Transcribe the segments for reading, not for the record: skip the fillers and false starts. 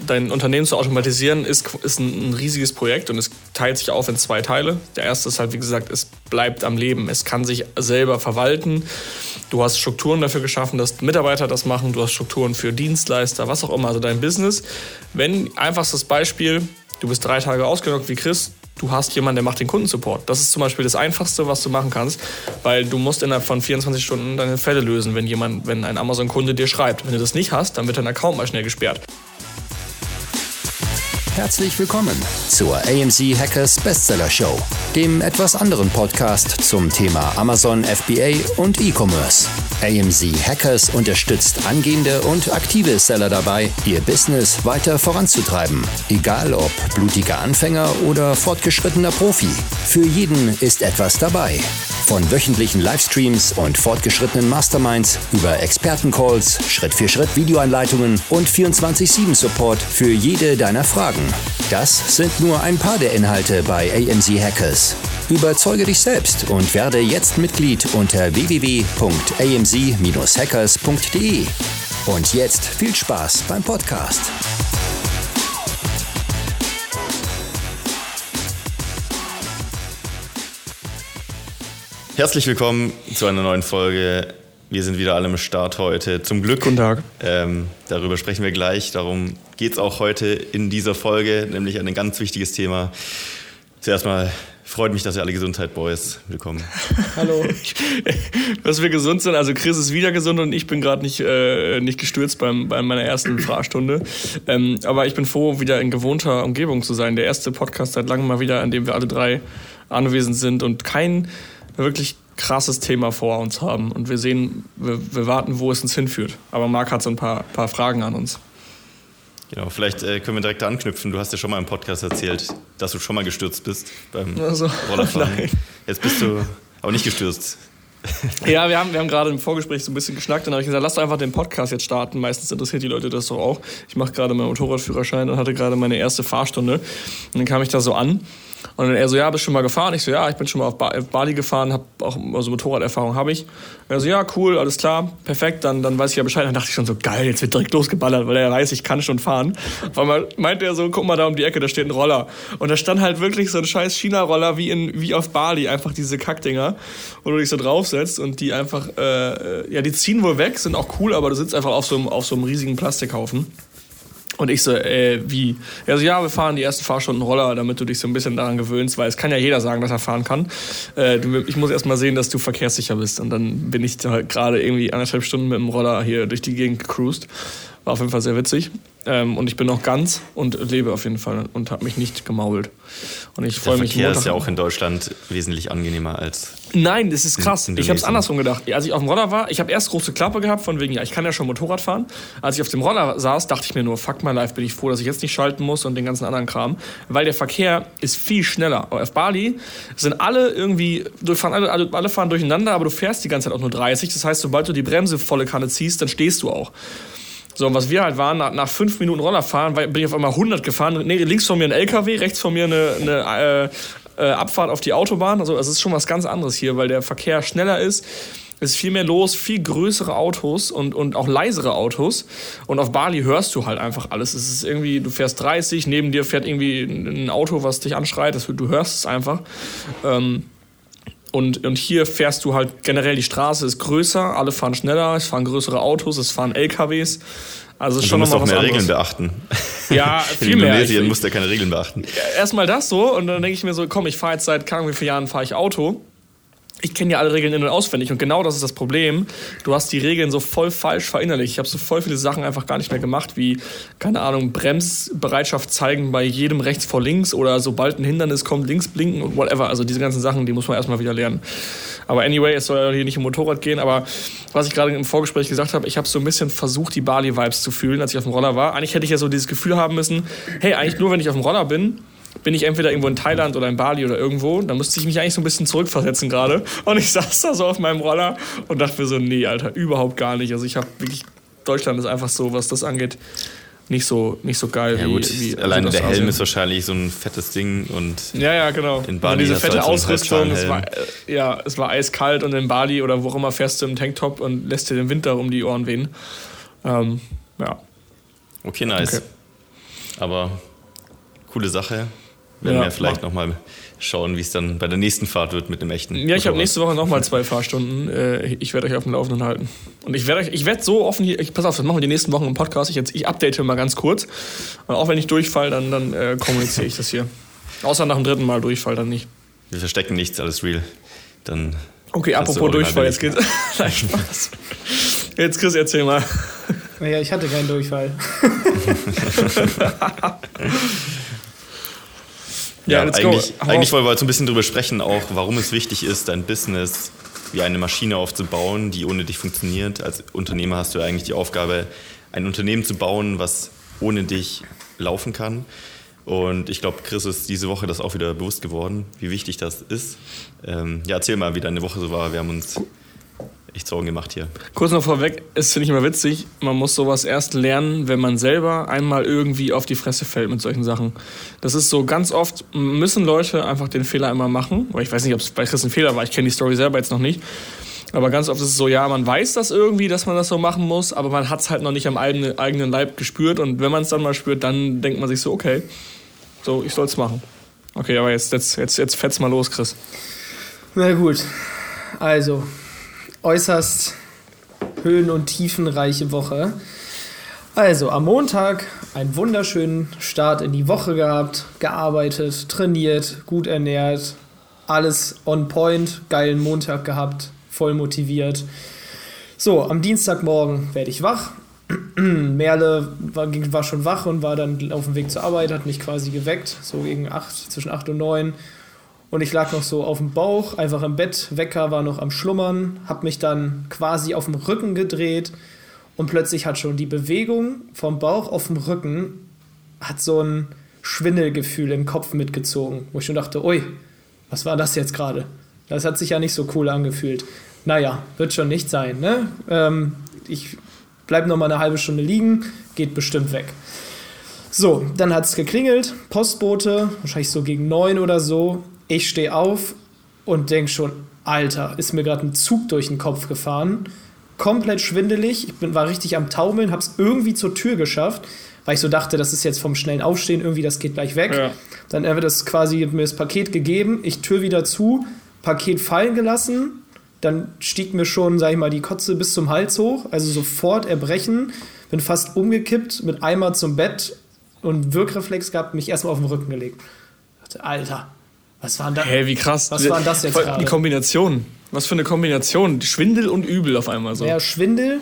dein Unternehmen zu automatisieren, ist ein riesiges Projekt und es teilt sich auf in 2 Teile. Der erste ist halt, wie gesagt, es bleibt am Leben. Es kann sich selber verwalten. Du hast Strukturen dafür geschaffen, dass Mitarbeiter das machen. Du hast Strukturen für Dienstleister, was auch immer. Also dein Business. Wenn, einfachstes Beispiel, du bist 3 Tage ausgeloggt wie Chris, du hast jemanden, der macht den Kundensupport. Das ist zum Beispiel das Einfachste, was du machen kannst, weil du musst innerhalb von 24 Stunden deine Fälle lösen, wenn ein Amazon-Kunde dir schreibt. Wenn du das nicht hast, dann wird dein Account mal schnell gesperrt. Herzlich willkommen zur AMZ Hackers Bestseller Show, dem etwas anderen Podcast zum Thema Amazon FBA und E-Commerce. AMZ Hackers unterstützt angehende und aktive Seller dabei, ihr Business weiter voranzutreiben. Egal ob blutiger Anfänger oder fortgeschrittener Profi. Für jeden ist etwas dabei. Von wöchentlichen Livestreams und fortgeschrittenen Masterminds über Expertencalls, Schritt-für-Schritt Videoanleitungen und 24/7-Support für jede deiner Fragen. Das sind nur ein paar der Inhalte bei AMZ Hackers. Überzeuge dich selbst und werde jetzt Mitglied unter www.amz-hackers.de. Und jetzt viel Spaß beim Podcast. Herzlich willkommen zu einer neuen Folge. Wir sind wieder alle am Start heute. Zum Glück. Guten Tag. Darüber sprechen wir gleich. Darum geht es auch heute in dieser Folge, nämlich ein ganz wichtiges Thema. Zuerst mal freut mich, dass ihr alle gesund seid, Boys. Willkommen. Hallo. Dass wir gesund sind. Also Chris ist wieder gesund und ich bin gerade nicht gestürzt bei meiner ersten Fahrstunde. Aber ich bin froh, wieder in gewohnter Umgebung zu sein. Der erste Podcast seit langem mal wieder, an dem wir alle 3 anwesend sind und kein wirklich krasses Thema vor uns haben. Und wir warten, wo es uns hinführt. Aber Marc hat so ein paar Fragen an uns. Genau, vielleicht können wir direkt anknüpfen. Du hast ja schon mal im Podcast erzählt, dass du schon mal gestürzt bist beim Rollerfahren. Nein. Jetzt bist du aber nicht gestürzt. Ja, wir haben gerade im Vorgespräch so ein bisschen geschnackt. Dann habe ich gesagt, lass doch einfach den Podcast jetzt starten. Meistens interessiert die Leute das doch auch. Ich mache gerade meinen Motorradführerschein und hatte gerade meine erste Fahrstunde. Und dann kam ich da so an. Und dann er so, ja, bist du schon mal gefahren? Ich so, ja, ich bin schon mal auf Bali gefahren, habe auch also Motorraderfahrung habe ich. Er so, ja, cool, alles klar, perfekt, dann weiß ich ja Bescheid. Dann dachte ich schon so, geil, jetzt wird direkt losgeballert, weil er weiß, ich kann schon fahren. Auf einmal meinte er so, guck mal da um die Ecke, da steht ein Roller. Und da stand halt wirklich so ein scheiß China-Roller wie auf Bali, einfach diese Kackdinger, wo du dich so draufsetzt und die einfach, die ziehen wohl weg, sind auch cool, aber du sitzt einfach auf so einem riesigen Plastikhaufen. Und ich so, wie? Er so, ja, wir fahren die ersten Fahrstunden Roller, damit du dich so ein bisschen daran gewöhnst, weil es kann ja jeder sagen, dass er fahren kann. Ich muss erst mal sehen, dass du verkehrssicher bist. Und dann bin ich da gerade irgendwie 1,5 Stunden mit dem Roller hier durch die Gegend gecruised. War auf jeden Fall sehr witzig. Und ich bin noch ganz und lebe auf jeden Fall und habe mich nicht gemault. Und ich freue mich. Der Verkehr ist ja auch in Deutschland wesentlich angenehmer als. Nein, das ist krass. Ich habe es andersrum gedacht. Als ich auf dem Roller war, ich habe erst große Klappe gehabt, von wegen, ja, ich kann ja schon Motorrad fahren. Als ich auf dem Roller saß, dachte ich mir nur, fuck my life, bin ich froh, dass ich jetzt nicht schalten muss und den ganzen anderen Kram. Weil der Verkehr ist viel schneller. Auf Bali sind alle irgendwie, alle fahren durcheinander, aber du fährst die ganze Zeit auch nur 30. Das heißt, sobald du die Bremse volle Kanne ziehst, dann stehst du auch. So, und was wir halt waren, nach 5 Minuten Rollerfahren, bin ich auf einmal 100 gefahren. Nee, links von mir ein LKW, rechts von mir eine Abfahrt auf die Autobahn. Also es ist schon was ganz anderes hier, weil der Verkehr schneller ist. Es ist viel mehr los, viel größere Autos und auch leisere Autos. Und auf Bali hörst du halt einfach alles. Es ist irgendwie, du fährst 30, neben dir fährt irgendwie ein Auto, was dich anschreit. Du hörst es einfach. Und hier fährst du halt generell, die Straße ist größer, alle fahren schneller, es fahren größere Autos, es fahren LKWs. Also ist schon noch mal was anderes. Du musst auch mehr Regeln beachten. Ja, viel mehr. In Indonesien musst du ja keine Regeln beachten. Erstmal das so und dann denke ich mir so, komm, ich fahre jetzt seit wie vielen Jahren fahre ich Auto. Ich kenne ja alle Regeln in- und auswendig und genau das ist das Problem. Du hast die Regeln so voll falsch verinnerlicht. Ich habe so voll viele Sachen einfach gar nicht mehr gemacht, wie, keine Ahnung, Bremsbereitschaft zeigen bei jedem rechts vor links oder sobald ein Hindernis kommt, links blinken und whatever. Also diese ganzen Sachen, die muss man erstmal wieder lernen. Aber anyway, es soll ja hier nicht um Motorrad gehen, aber was ich gerade im Vorgespräch gesagt habe, ich habe so ein bisschen versucht, die Bali-Vibes zu fühlen, als ich auf dem Roller war. Eigentlich hätte ich ja so dieses Gefühl haben müssen, hey, eigentlich nur wenn ich auf dem Roller bin ich entweder irgendwo in Thailand oder in Bali oder irgendwo, dann müsste ich mich eigentlich so ein bisschen zurückversetzen gerade. Und ich saß da so auf meinem Roller und dachte mir so, nee, Alter, überhaupt gar nicht. Also ich habe wirklich, Deutschland ist einfach so, was das angeht, nicht so geil. Ja, wie alleine der Helm ist wahrscheinlich so ein fettes Ding und ja, genau. In Bali und diese fette Ausrüstung, es war eiskalt und in Bali oder wo auch immer fährst du im Tanktop und lässt dir den Wind da um die Ohren wehen. Ja. Okay, nice. Okay. Aber coole Sache. Werden wir vielleicht nochmal schauen, wie es dann bei der nächsten Fahrt wird mit dem echten Ja, ich habe nächste Woche nochmal 2 Fahrstunden. Ich werde euch auf dem Laufenden halten. Und ich werde so offen hier, pass auf, das machen wir die nächsten Wochen im Podcast. Ich update mal ganz kurz. Und auch wenn ich durchfall, dann kommuniziere ich das hier. Außer nach dem 3. Mal Durchfall, dann nicht. Wir verstecken nichts, alles real. Dann okay, apropos Durchfall, jetzt geht's. Nein, Spaß. Jetzt Chris, erzähl mal. Naja, ich hatte keinen Durchfall. Ja, eigentlich wollen wir heute so ein bisschen drüber sprechen, auch warum es wichtig ist, dein Business wie eine Maschine aufzubauen, die ohne dich funktioniert. Als Unternehmer hast du eigentlich die Aufgabe, ein Unternehmen zu bauen, was ohne dich laufen kann. Und ich glaube, Chris ist diese Woche das auch wieder bewusst geworden, wie wichtig das ist. Erzähl mal, wie deine Woche so war. Wir haben uns echt Sorgen gemacht hier. Kurz noch vorweg, es finde ich immer witzig, man muss sowas erst lernen, wenn man selber einmal irgendwie auf die Fresse fällt mit solchen Sachen. Das ist so, ganz oft müssen Leute einfach den Fehler einmal machen, weil ich weiß nicht, ob es bei Chris ein Fehler war, ich kenne die Story selber jetzt noch nicht, aber ganz oft ist es so, ja, man weiß das irgendwie, dass man das so machen muss, aber man hat es halt noch nicht am eigenen Leib gespürt und wenn man es dann mal spürt, dann denkt man sich so, okay, so, ich soll es machen. Okay, aber jetzt fetz mal los, Chris. Na gut, also äußerst höhen- und tiefenreiche Woche. Also am Montag einen wunderschönen Start in die Woche gehabt, gearbeitet, trainiert, gut ernährt, alles on point, geilen Montag gehabt, voll motiviert. So, am Dienstagmorgen werde ich wach. Merle war schon wach und war dann auf dem Weg zur Arbeit, hat mich quasi geweckt, so gegen 8, zwischen 8 und 9. Und ich lag noch so auf dem Bauch, einfach im Bett, Wecker war noch am Schlummern, hab mich dann quasi auf dem Rücken gedreht und plötzlich hat schon die Bewegung vom Bauch auf dem Rücken hat so ein Schwindelgefühl im Kopf mitgezogen, wo ich schon dachte, ui, was war das jetzt gerade? Das hat sich ja nicht so cool angefühlt. Naja, wird schon nicht sein, ne? Ich bleib noch mal eine halbe Stunde liegen, geht bestimmt weg. So, dann hat's geklingelt, Postbote, wahrscheinlich so gegen 9 oder so. Ich stehe auf und denke schon, Alter, ist mir gerade ein Zug durch den Kopf gefahren. Komplett schwindelig, war richtig am Taumeln, hab's irgendwie zur Tür geschafft, weil ich so dachte, das ist jetzt vom schnellen Aufstehen, irgendwie das geht gleich weg. Ja. Dann wird das quasi mir das Paket gegeben, ich Tür wieder zu, Paket fallen gelassen, dann stieg mir schon, sag ich mal, die Kotze bis zum Hals hoch, also sofort Erbrechen, bin fast umgekippt, mit Eimer zum Bett und Wirkreflex gehabt, mich erstmal auf den Rücken gelegt. Ich dachte, Alter, was war denn das? Hey, wie krass. Was war denn das jetzt gerade? Die Kombination. Was für eine Kombination. Schwindel und Übel auf einmal so. Ja, Schwindel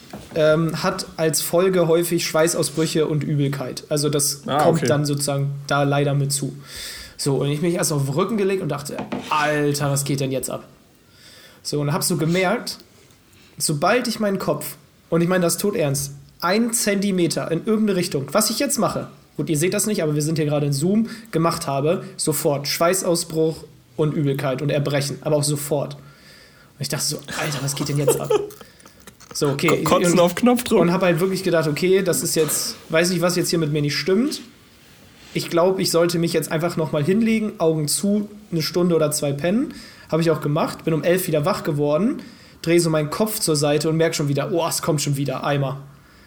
hat als Folge häufig Schweißausbrüche und Übelkeit. Also das kommt dann sozusagen da leider mit zu. So, und ich mich erst auf den Rücken gelegt und dachte, Alter, was geht denn jetzt ab? So, und hab so gemerkt, sobald ich meinen Kopf, und ich meine das todernst, 1 Zentimeter in irgendeine Richtung, was ich jetzt mache, gut, ihr seht das nicht, aber wir sind hier gerade in Zoom, gemacht habe, sofort Schweißausbruch und Übelkeit und Erbrechen, aber auch sofort. Und ich dachte so, Alter, was geht denn jetzt ab? So, okay. Kotzen auf Knopfdruck. Und habe halt wirklich gedacht, okay, das ist jetzt, weiß nicht, was jetzt hier mit mir nicht stimmt. Ich glaube, ich sollte mich jetzt einfach nochmal hinlegen, Augen zu, 1 Stunde oder 2 pennen. Habe ich auch gemacht, bin um 11 wieder wach geworden, drehe so meinen Kopf zur Seite und merke schon wieder, oh, es kommt schon wieder, Eimer.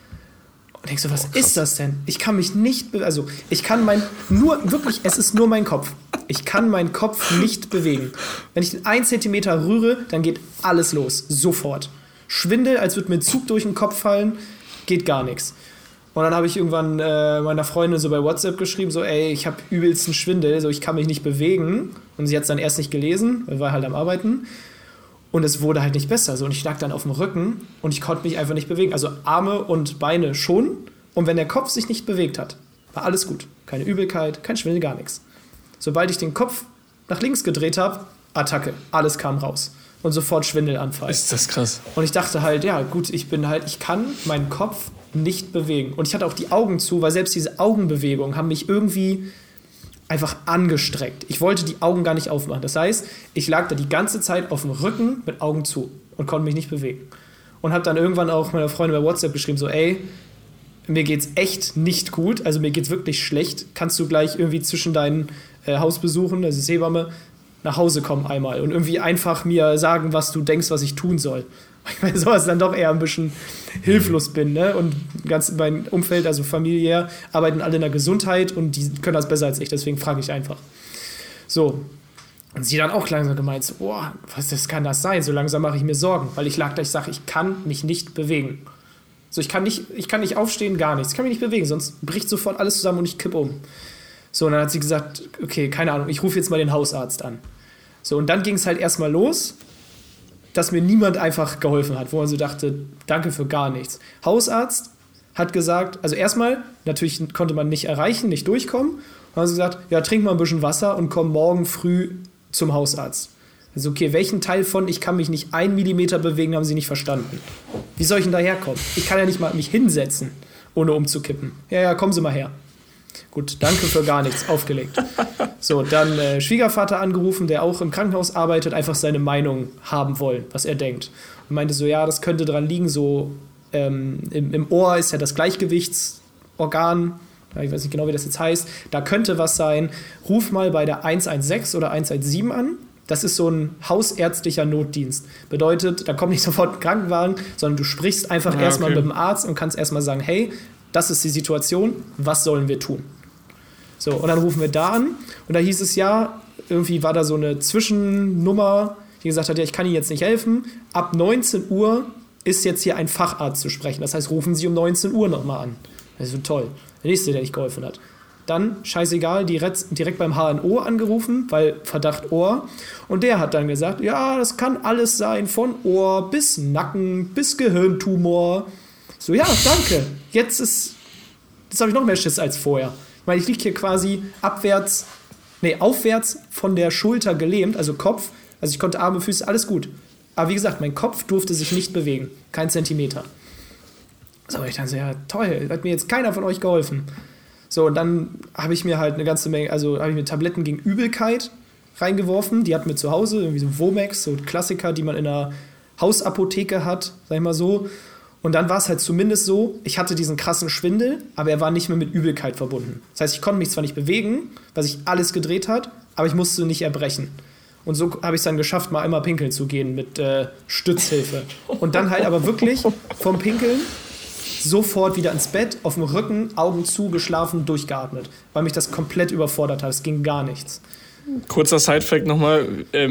Und denk so, was ist das denn? Ich kann mich nicht, ich kann es ist nur mein Kopf. Ich kann meinen Kopf nicht bewegen. Wenn ich den 1 Zentimeter rühre, dann geht alles los, sofort. Schwindel, als würde mir ein Zug durch den Kopf fallen, geht gar nichts. Und dann habe ich irgendwann meiner Freundin so bei WhatsApp geschrieben, so, ey, ich habe übelsten Schwindel, so, ich kann mich nicht bewegen. Und sie hat es dann erst nicht gelesen, weil war halt am Arbeiten. Und es wurde halt nicht besser. So, und ich lag dann auf dem Rücken und ich konnte mich einfach nicht bewegen. Also Arme und Beine schon. Und wenn der Kopf sich nicht bewegt hat, war alles gut. Keine Übelkeit, kein Schwindel, gar nichts. Sobald ich den Kopf nach links gedreht habe, Attacke, alles kam raus. Und sofort Schwindelanfall. Ist das krass. Und ich dachte halt, ja gut, ich kann meinen Kopf nicht bewegen. Und ich hatte auch die Augen zu, weil selbst diese Augenbewegungen haben mich irgendwie einfach angestreckt. Ich wollte die Augen gar nicht aufmachen. Das heißt, ich lag da die ganze Zeit auf dem Rücken mit Augen zu und konnte mich nicht bewegen. Und habe dann irgendwann auch meiner Freundin bei WhatsApp geschrieben, so, ey, mir geht's echt nicht gut, also mir geht's wirklich schlecht. Kannst du gleich irgendwie zwischen deinen Hausbesuchen, das ist Hebamme, nach Hause kommen einmal und irgendwie einfach mir sagen, was du denkst, was ich tun soll. weil ich bei sowas dann doch eher ein bisschen hilflos bin. Ne? Und ganz mein Umfeld, also familiär, arbeiten alle in der Gesundheit und die können das besser als ich, deswegen frage ich einfach. So. Und sie dann auch langsam gemeint, so, boah, was kann das sein? So langsam mache ich mir Sorgen, weil ich lag da, ich sage, ich kann mich nicht bewegen. So, ich kann nicht aufstehen, gar nichts. Ich kann mich nicht bewegen, sonst bricht sofort alles zusammen und ich kippe um. So, und dann hat sie gesagt, okay, keine Ahnung, ich rufe jetzt mal den Hausarzt an. So, und dann ging es halt erstmal los, dass mir niemand einfach geholfen hat, wo man so dachte, danke für gar nichts. Hausarzt hat gesagt, also erstmal, natürlich konnte man nicht erreichen, nicht durchkommen. Und dann haben sie gesagt, ja, trink mal ein bisschen Wasser und komm morgen früh zum Hausarzt. Also okay, welchen Teil von ich kann mich nicht 1 Millimeter bewegen, haben sie nicht verstanden. Wie soll ich denn da herkommen? Ich kann ja nicht mal mich hinsetzen, ohne umzukippen. Ja, kommen Sie mal her. Gut, danke für gar nichts, aufgelegt. So, dann Schwiegervater angerufen, der auch im Krankenhaus arbeitet, einfach seine Meinung haben wollen, was er denkt. Und meinte so, ja, das könnte dran liegen, so im Ohr ist ja das Gleichgewichtsorgan, ich weiß nicht genau, wie das jetzt heißt, da könnte was sein. Ruf mal bei der 116 oder 117 an. Das ist so ein hausärztlicher Notdienst. Bedeutet, da kommt nicht sofort ein Krankenwagen, sondern du sprichst einfach erstmal mit dem Arzt und kannst erstmal sagen, hey, das ist die Situation, was sollen wir tun? So, und dann rufen wir da an und da hieß es ja, irgendwie war da so eine Zwischennummer, die gesagt hat, ja, ich kann Ihnen jetzt nicht helfen. Ab 19 Uhr ist jetzt hier ein Facharzt zu sprechen. Das heißt, rufen Sie um 19 Uhr nochmal an. Das ist so toll. Der nächste, der nicht geholfen hat. Dann, scheißegal, direkt beim HNO angerufen, weil Verdacht Ohr. Und der hat dann gesagt, ja, das kann alles sein, von Ohr bis Nacken bis Gehirntumor. So, ja, danke. Jetzt habe ich noch mehr Schiss als vorher. Ich meine, ich liege hier quasi aufwärts von der Schulter gelähmt, also Kopf. Also ich konnte Arme, Füße, alles gut. Aber wie gesagt, mein Kopf durfte sich nicht bewegen. Kein Zentimeter. So, ich dachte, ja, toll, hat mir jetzt keiner von euch geholfen. So, und dann habe ich mir halt eine ganze Menge, also habe ich mir Tabletten gegen Übelkeit reingeworfen. Die hatten wir zu Hause, irgendwie so Womex, so Klassiker, die man in einer Hausapotheke hat, sag ich mal so. Und dann war es halt zumindest so, ich hatte diesen krassen Schwindel, aber er war nicht mehr mit Übelkeit verbunden. Das heißt, ich konnte mich zwar nicht bewegen, weil sich alles gedreht hat, aber ich musste nicht erbrechen. Und so habe ich es dann geschafft, mal einmal pinkeln zu gehen mit Stützhilfe. Und dann halt aber wirklich vom Pinkeln sofort wieder ins Bett, auf dem Rücken, Augen zu, geschlafen, durchgeatmet. Weil mich das komplett überfordert hat. Es ging gar nichts. Kurzer Sidefact nochmal.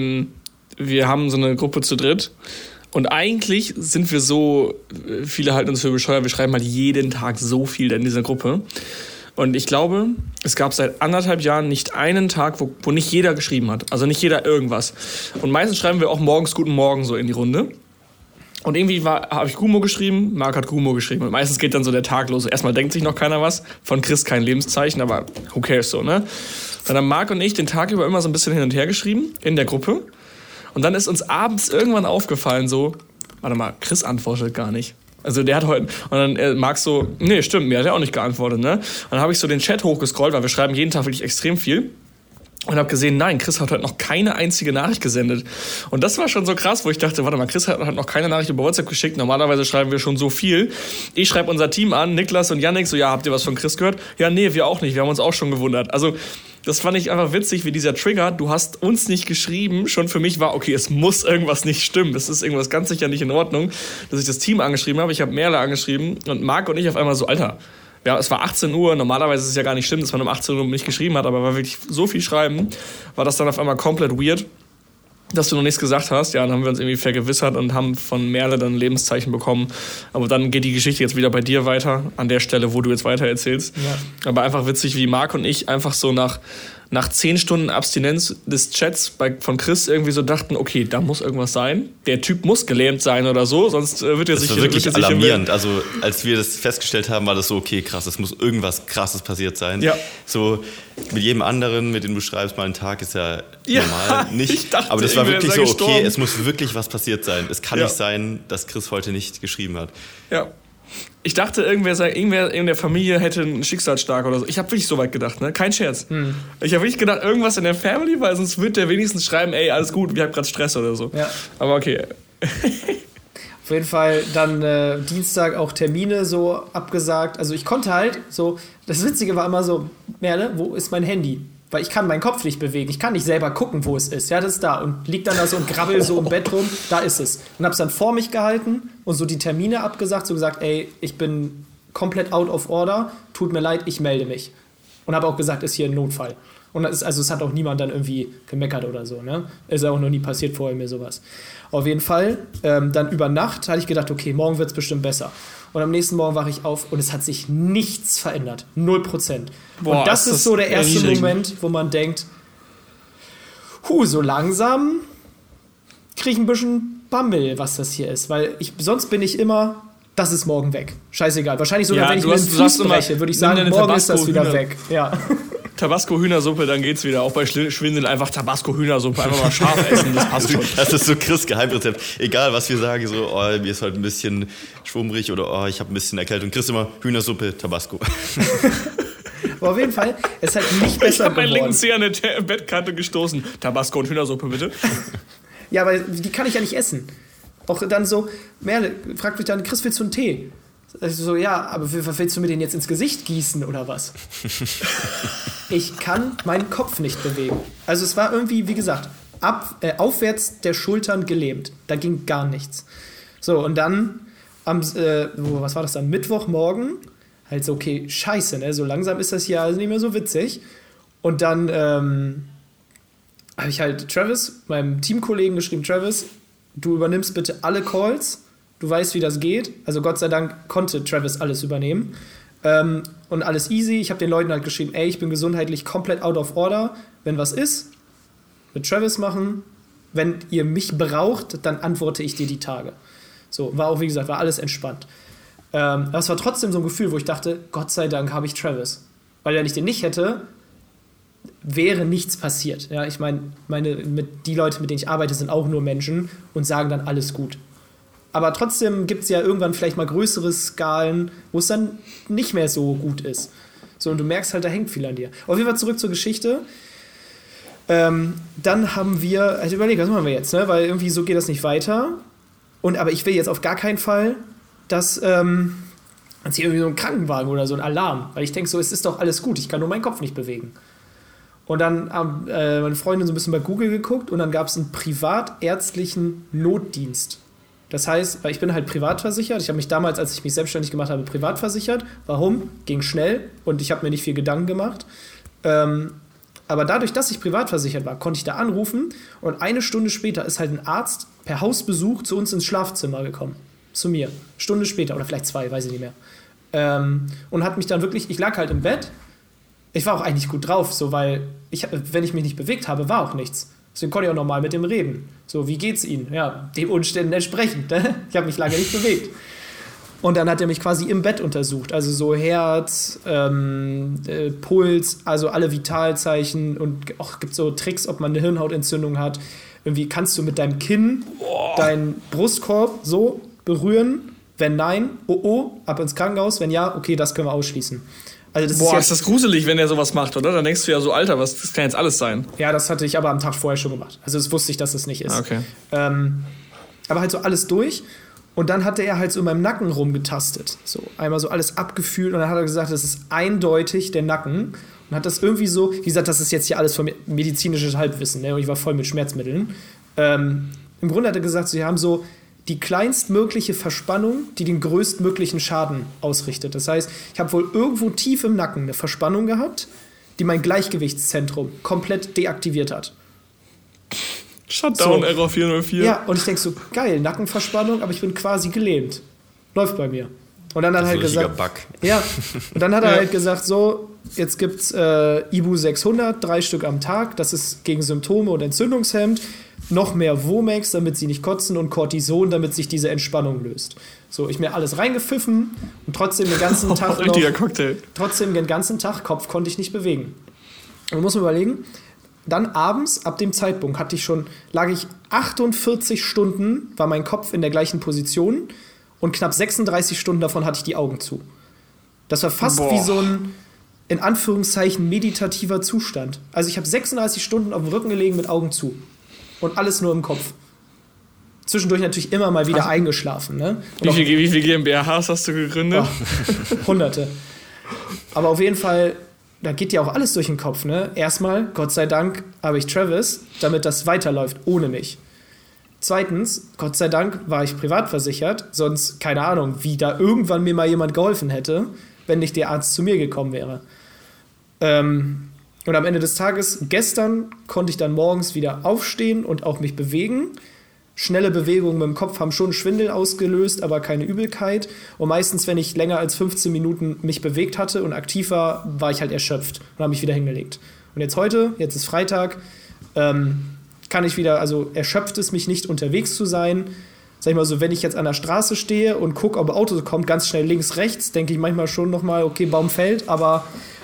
Wir haben so eine Gruppe zu dritt. Und eigentlich sind wir so, viele halten uns für bescheuert, wir schreiben halt jeden Tag so viel in dieser Gruppe. Und ich glaube, es gab seit 1,5 Jahren nicht einen Tag, wo nicht jeder geschrieben hat. Also nicht jeder irgendwas. Und meistens schreiben wir auch morgens Guten Morgen so in die Runde. Und irgendwie habe ich Gumo geschrieben, Marc hat Gumo geschrieben. Und meistens geht dann so der Tag los. Erstmal denkt sich noch keiner was. Von Chris kein Lebenszeichen, aber who cares so, ne? Dann haben Marc und ich den Tag über immer so ein bisschen hin und her geschrieben in der Gruppe. Und dann ist uns abends irgendwann aufgefallen so, warte mal, Chris antwortet gar nicht. Also der hat heute, und dann Marc so, nee, stimmt, mir hat er auch nicht geantwortet, ne? Und dann habe ich so den Chat hochgescrollt, weil wir schreiben jeden Tag wirklich extrem viel. Und habe gesehen, nein, Chris hat heute noch keine einzige Nachricht gesendet. Und das war schon so krass, wo ich dachte, warte mal, Chris hat noch keine Nachricht über WhatsApp geschickt. Normalerweise schreiben wir schon so viel. Ich schreibe unser Team an, Niklas und Yannick, so, ja, habt ihr was von Chris gehört? Ja, nee, wir auch nicht, wir haben uns auch schon gewundert. Also das fand ich einfach witzig, wie dieser Trigger, du hast uns nicht geschrieben, schon für mich war, okay, es muss irgendwas nicht stimmen. Es ist irgendwas ganz sicher nicht in Ordnung, dass ich das Team angeschrieben habe. Ich habe Merle angeschrieben und Marc und ich auf einmal so, Alter, ja, es war 18 Uhr, normalerweise ist es ja gar nicht schlimm, dass man um 18 Uhr nicht geschrieben hat, aber weil wir wirklich so viel schreiben, war das dann auf einmal komplett weird, dass du noch nichts gesagt hast. Ja, dann haben wir uns irgendwie vergewissert und haben von Merle dann ein Lebenszeichen bekommen. Aber dann geht die Geschichte jetzt wieder bei dir weiter, an der Stelle, wo du jetzt weiter erzählst. Ja. Aber einfach witzig, wie Marc und ich einfach so nach 10 Stunden Abstinenz des Chats von Chris irgendwie so dachten, okay, da muss irgendwas sein. Der Typ muss gelähmt sein oder so, sonst wird er sich... Das war wirklich alarmierend. Also als wir das festgestellt haben, war das so, okay, krass, es muss irgendwas Krasses passiert sein. Ja. So mit jedem anderen, mit dem du schreibst, mal einen Tag ist ja normal nicht. Aber das war wirklich so, okay, es muss wirklich was passiert sein. Es kann nicht sein, dass Chris heute nicht geschrieben hat. Ja. Ich dachte, irgendwer in der Familie hätte einen Schicksalsschlag oder so. Ich habe wirklich so weit gedacht, ne? Kein Scherz. Ich habe wirklich gedacht, irgendwas in der Family, weil sonst wird der wenigstens schreiben, ey, alles gut, wir haben gerade Stress oder so. Ja. Aber okay. Auf jeden Fall dann Dienstag auch Termine so abgesagt. Also ich konnte halt so, das Witzige war immer so, Merle, wo ist mein Handy? weil ich kann meinen Kopf nicht bewegen. Ich kann nicht selber gucken, wo es ist. Ja, das ist da und liegt dann da so und grabbel so im Bett rum. Da ist es. Und hab's dann vor mich gehalten und so die Termine abgesagt, so gesagt, ey, ich bin komplett out of order, tut mir leid, ich melde mich. Und habe auch gesagt, ist hier ein Notfall. Und es hat auch niemand dann irgendwie gemeckert oder so, ne? Ist ja auch noch nie passiert vorher mir sowas. Auf jeden Fall, dann über Nacht hatte ich gedacht, okay, morgen wird es bestimmt besser. Und am nächsten Morgen wache ich auf und es hat sich nichts verändert. 0%. Boah, und das ist so der erste Moment, wo man denkt, so langsam kriege ich ein bisschen Bammel, was das hier ist. Weil sonst bin ich immer, das ist morgen weg. Scheißegal. Wahrscheinlich sogar, wenn ich mir den Fuß breche, würde ich sagen, morgen ist das wieder weg. Ja. Tabasco-Hühnersuppe, dann geht's wieder. Auch bei Schwindel einfach Tabasco-Hühnersuppe, einfach mal scharf essen, das passt schon. Das ist so Chris' Geheimrezept. Egal, was wir sagen, so, mir ist heute ein bisschen schwummrig oder ich habe ein bisschen Erkältung. Chris immer Hühnersuppe, Tabasco. Aber auf jeden Fall, es ist halt nicht besser geworden. Ich habe meinen linken Zeh an der Bettkante gestoßen. Tabasco und Hühnersuppe, bitte. Ja, aber die kann ich ja nicht essen. Auch dann so, Merle fragt mich dann, Chris, willst du einen Tee? Also so, ja, aber willst du mir den jetzt ins Gesicht gießen oder was? Ich kann meinen Kopf nicht bewegen. Also es war irgendwie, wie gesagt, aufwärts der Schultern gelähmt. Da ging gar nichts. So, und dann was war das dann? Mittwochmorgen, halt so, okay, scheiße, ne? So langsam ist das hier also nicht mehr so witzig. Und dann habe ich halt Travis, meinem Teamkollegen geschrieben, Travis, du übernimmst bitte alle Calls. Du weißt, wie das geht. Also Gott sei Dank konnte Travis alles übernehmen. Und alles easy. Ich habe den Leuten halt geschrieben, ey, ich bin gesundheitlich komplett out of order. Wenn was ist, mit Travis machen. Wenn ihr mich braucht, dann antworte ich dir die Tage. So, war auch, wie gesagt, war alles entspannt. Aber es war trotzdem so ein Gefühl, wo ich dachte, Gott sei Dank habe ich Travis. Weil wenn ich den nicht hätte, wäre nichts passiert. Ja, ich meine, die Leute, mit denen ich arbeite, sind auch nur Menschen und sagen dann alles gut. Aber trotzdem gibt es ja irgendwann vielleicht mal größere Skalen, wo es dann nicht mehr so gut ist. So, und du merkst halt, da hängt viel an dir. Auf jeden Fall zurück zur Geschichte. Dann haben wir, also überlegt, was machen wir jetzt, ne? Weil irgendwie so geht das nicht weiter. Aber ich will jetzt auf gar keinen Fall, dass hier irgendwie so ein Krankenwagen oder so ein Alarm. Weil ich denke so, es ist doch alles gut, ich kann nur meinen Kopf nicht bewegen. Und dann haben meine Freundin so ein bisschen bei Google geguckt und dann gab es einen privatärztlichen Notdienst. Das heißt, weil ich bin halt privat versichert. Ich habe mich damals, als ich mich selbstständig gemacht habe, privat versichert. Warum? Ging schnell und ich habe mir nicht viel Gedanken gemacht. Aber dadurch, dass ich privat versichert war, konnte ich da anrufen und 1 Stunde später ist halt ein Arzt per Hausbesuch zu uns ins Schlafzimmer gekommen. Zu mir. Stunde später oder vielleicht 2, weiß ich nicht mehr. Und hat mich dann wirklich, ich lag halt im Bett. Ich war auch eigentlich gut drauf, so, weil wenn ich mich nicht bewegt habe, war auch nichts. Deswegen konnte ich auch normal mit dem reden. So, wie geht's Ihnen? Ja, den Umständen entsprechend. Ich habe mich lange nicht bewegt. Und dann hat er mich quasi im Bett untersucht. Also so Herz, Puls, also alle Vitalzeichen. Und auch gibt so Tricks, ob man eine Hirnhautentzündung hat. Irgendwie kannst du mit deinem Kinn deinen Brustkorb so berühren. Wenn nein, ab ins Krankenhaus. Wenn ja, okay, das können wir ausschließen. Also das ist das gruselig, wenn er sowas macht, oder? Dann denkst du ja so, Alter, das kann jetzt alles sein. Ja, das hatte ich aber am Tag vorher schon gemacht. Also das wusste ich, dass das nicht ist. Okay. Aber halt so alles durch. Und dann hatte er halt so in meinem Nacken rumgetastet. So einmal so alles abgefühlt. Und dann hat er gesagt, das ist eindeutig der Nacken. Und hat das irgendwie so, wie gesagt, das ist jetzt hier alles von medizinisches Halbwissen. Ne? Und ich war voll mit Schmerzmitteln. Im Grunde hat er gesagt, sie haben so die kleinstmögliche Verspannung, die den größtmöglichen Schaden ausrichtet. Das heißt, ich habe wohl irgendwo tief im Nacken eine Verspannung gehabt, die mein Gleichgewichtszentrum komplett deaktiviert hat. Shutdown, so. Error 404. Ja, und ich denke so, geil, Nackenverspannung, aber ich bin quasi gelähmt. Läuft bei mir. Und dann hat er halt gesagt, Bug. Ja, und dann hat er halt gesagt, so, jetzt gibt's Ibu 600, 3 Stück am Tag, das ist gegen Symptome und Entzündungshemd. Noch mehr Womex, damit sie nicht kotzen und Cortison, damit sich diese Entspannung löst. So, ich mir alles reingepfiffen und trotzdem den ganzen Tag Cocktail. Trotzdem den ganzen Tag Kopf konnte ich nicht bewegen. Und man muss mir überlegen, dann abends, ab dem Zeitpunkt, lag ich 48 Stunden, war mein Kopf in der gleichen Position und knapp 36 Stunden davon hatte ich die Augen zu. Das war fast wie so ein, in Anführungszeichen, meditativer Zustand. Also ich habe 36 Stunden auf dem Rücken gelegen mit Augen zu. Und alles nur im Kopf. Zwischendurch natürlich immer mal wieder eingeschlafen. Ne? Wie viel GmbHs hast du gegründet? Hunderte. Aber auf jeden Fall da geht ja auch alles durch den Kopf, ne? Erstmal, Gott sei Dank, habe ich Travis, damit das weiterläuft ohne mich. Zweitens, Gott sei Dank war ich privat versichert, sonst, keine Ahnung, wie da irgendwann mir mal jemand geholfen hätte, wenn nicht der Arzt zu mir gekommen wäre. Und am Ende des Tages, gestern konnte ich dann morgens wieder aufstehen und auch mich bewegen. Schnelle Bewegungen mit dem Kopf haben schon Schwindel ausgelöst, aber keine Übelkeit. Und meistens, wenn ich länger als 15 Minuten mich bewegt hatte und aktiv war, war ich halt erschöpft und habe mich wieder hingelegt. Und jetzt ist Freitag, kann ich wieder, also erschöpft es mich nicht, unterwegs zu sein. Sag ich mal so, wenn ich jetzt an der Straße stehe und gucke, ob ein Auto kommt, ganz schnell links, rechts, denke ich manchmal schon nochmal, okay, Baum fällt, aber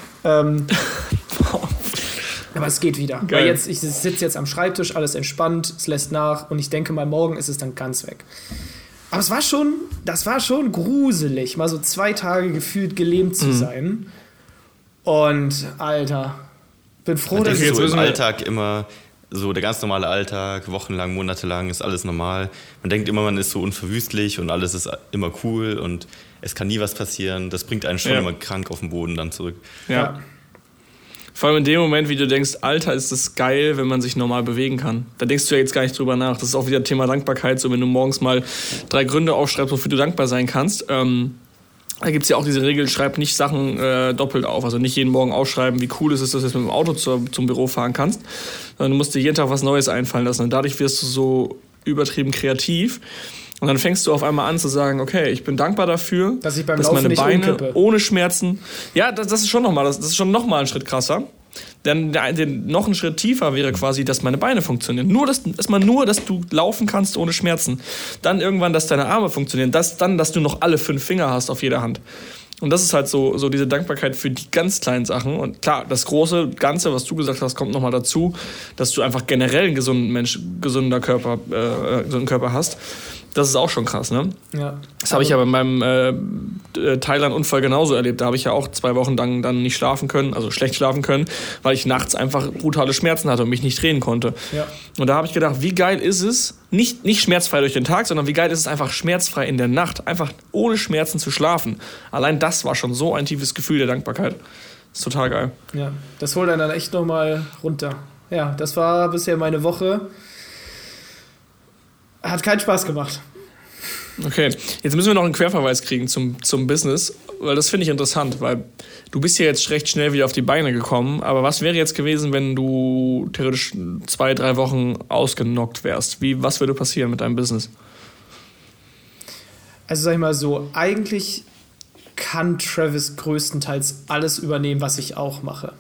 aber es geht wieder. Geil. Weil ich sitze jetzt am Schreibtisch, alles entspannt, es lässt nach und ich denke mal, morgen ist es dann ganz weg. Aber das war schon gruselig, mal so 2 Tage gefühlt gelähmt zu sein. Und Alter, bin froh, dass ich so im Alltag immer so der ganz normale Alltag, wochenlang, monatelang ist alles normal. Man denkt immer, man ist so unverwüstlich und alles ist immer cool und es kann nie was passieren. Das bringt einen schon immer krank auf den Boden dann zurück. Ja. Vor allem in dem Moment, wie du denkst, Alter, ist das geil, wenn man sich normal bewegen kann. Da denkst du ja jetzt gar nicht drüber nach. Das ist auch wieder Thema Dankbarkeit. So, wenn du morgens mal 3 Gründe aufschreibst, wofür du dankbar sein kannst. Da gibt es ja auch diese Regel, schreib nicht Sachen doppelt auf. Also nicht jeden Morgen aufschreiben, wie cool es ist, dass du jetzt mit dem Auto zum Büro fahren kannst. Sondern du musst dir jeden Tag was Neues einfallen lassen. Und dadurch wirst du so übertrieben kreativ. Und dann fängst du auf einmal an zu sagen, okay, ich bin dankbar dafür, dass ich beim Laufen meine nicht Beine umkippe. Ohne Schmerzen. Ja, das ist schon nochmal, das ist schon nochmal ein Schritt krasser. Denn noch ein Schritt tiefer wäre quasi, dass meine Beine funktionieren. Dass du laufen kannst ohne Schmerzen. Dann irgendwann, dass deine Arme funktionieren. Dass du noch alle 5 Finger hast auf jeder Hand. Und das ist halt so diese Dankbarkeit für die ganz kleinen Sachen. Und klar, das große Ganze, was du gesagt hast, kommt nochmal dazu, dass du einfach generell einen gesunden Körper hast. Das ist auch schon krass, ne? Ja. Das habe ich ja bei meinem Thailand-Unfall genauso erlebt. Da habe ich ja auch 2 Wochen lang dann nicht schlafen können, also schlecht schlafen können, weil ich nachts einfach brutale Schmerzen hatte und mich nicht drehen konnte. Ja. Und da habe ich gedacht, wie geil ist es, nicht schmerzfrei durch den Tag, sondern wie geil ist es einfach schmerzfrei in der Nacht, einfach ohne Schmerzen zu schlafen. Allein das war schon so ein tiefes Gefühl der Dankbarkeit. Das ist total geil. Ja, das holt einen dann echt nochmal runter. Ja, das war bisher meine Woche. Hat keinen Spaß gemacht. Okay, jetzt müssen wir noch einen Querverweis kriegen zum Business, weil das finde ich interessant, weil du bist ja jetzt recht schnell wieder auf die Beine gekommen, aber was wäre jetzt gewesen, wenn du theoretisch 2-3 Wochen ausgenockt wärst? Was würde passieren mit deinem Business? Also sag ich mal so, eigentlich kann Travis größtenteils alles übernehmen, was ich auch mache.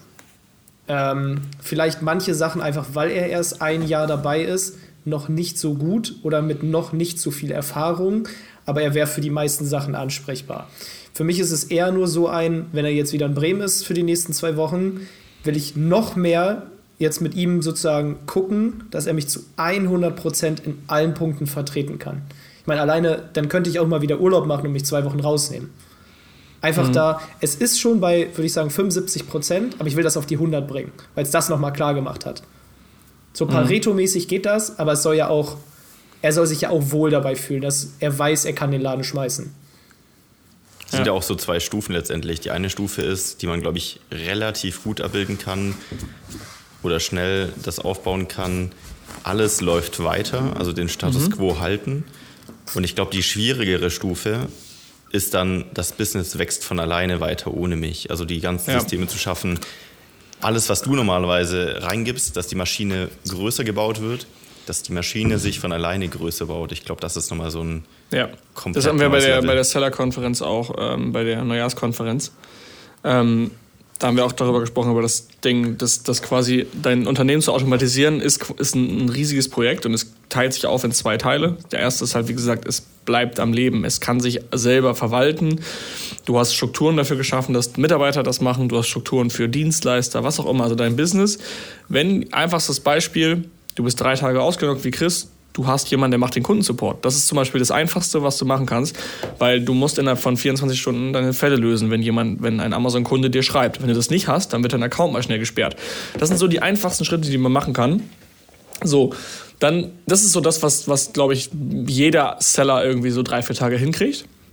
Vielleicht manche Sachen einfach, weil er erst 1 Jahr dabei ist, noch nicht so gut oder mit noch nicht so viel Erfahrung, aber er wäre für die meisten Sachen ansprechbar. Für mich ist es eher nur so wenn er jetzt wieder in Bremen ist für die nächsten 2 Wochen, will ich noch mehr jetzt mit ihm sozusagen gucken, dass er mich zu 100% in allen Punkten vertreten kann. Ich meine, alleine, dann könnte ich auch mal wieder Urlaub machen und mich 2 Wochen rausnehmen. Einfach es ist schon bei, würde ich sagen, 75%, aber ich will das auf die 100 bringen, weil es das nochmal klar gemacht hat. So Pareto-mäßig geht das, aber er soll sich ja auch wohl dabei fühlen, dass er weiß, er kann den Laden schmeißen. Es sind ja auch so 2 Stufen letztendlich. Die eine Stufe ist, die man, glaube ich, relativ gut abbilden kann oder schnell das aufbauen kann. Alles läuft weiter, also den Status quo halten. Und ich glaube, die schwierigere Stufe ist dann, das Business wächst von alleine weiter ohne mich. Also die ganzen Systeme zu schaffen, alles, was du normalerweise reingibst, dass die Maschine größer gebaut wird, dass die Maschine sich von alleine größer baut. Ich glaube, das ist nochmal so ein komplett. Das haben wir bei der Seller-Konferenz auch, bei der Neujahrskonferenz. Da haben wir auch darüber gesprochen, über das Ding, dass quasi dein Unternehmen zu automatisieren ist ein riesiges Projekt und es teilt sich auf in 2 Teile. Der erste ist halt, wie gesagt, es bleibt am Leben. Es kann sich selber verwalten. Du hast Strukturen dafür geschaffen, dass Mitarbeiter das machen. Du hast Strukturen für Dienstleister, was auch immer. Also dein Business. Wenn einfachstes Beispiel, du bist 3 Tage ausgenockt wie Chris, du hast jemanden, der macht den Kundensupport. Das ist zum Beispiel das Einfachste, was du machen kannst, weil du musst innerhalb von 24 Stunden deine Fälle lösen, wenn ein Amazon-Kunde dir schreibt. Wenn du das nicht hast, dann wird dein Account mal schnell gesperrt. Das sind so die einfachsten Schritte, die man machen kann. So, dann, das ist so das, was glaube ich, jeder Seller irgendwie so 3-4 Tage hinkriegt.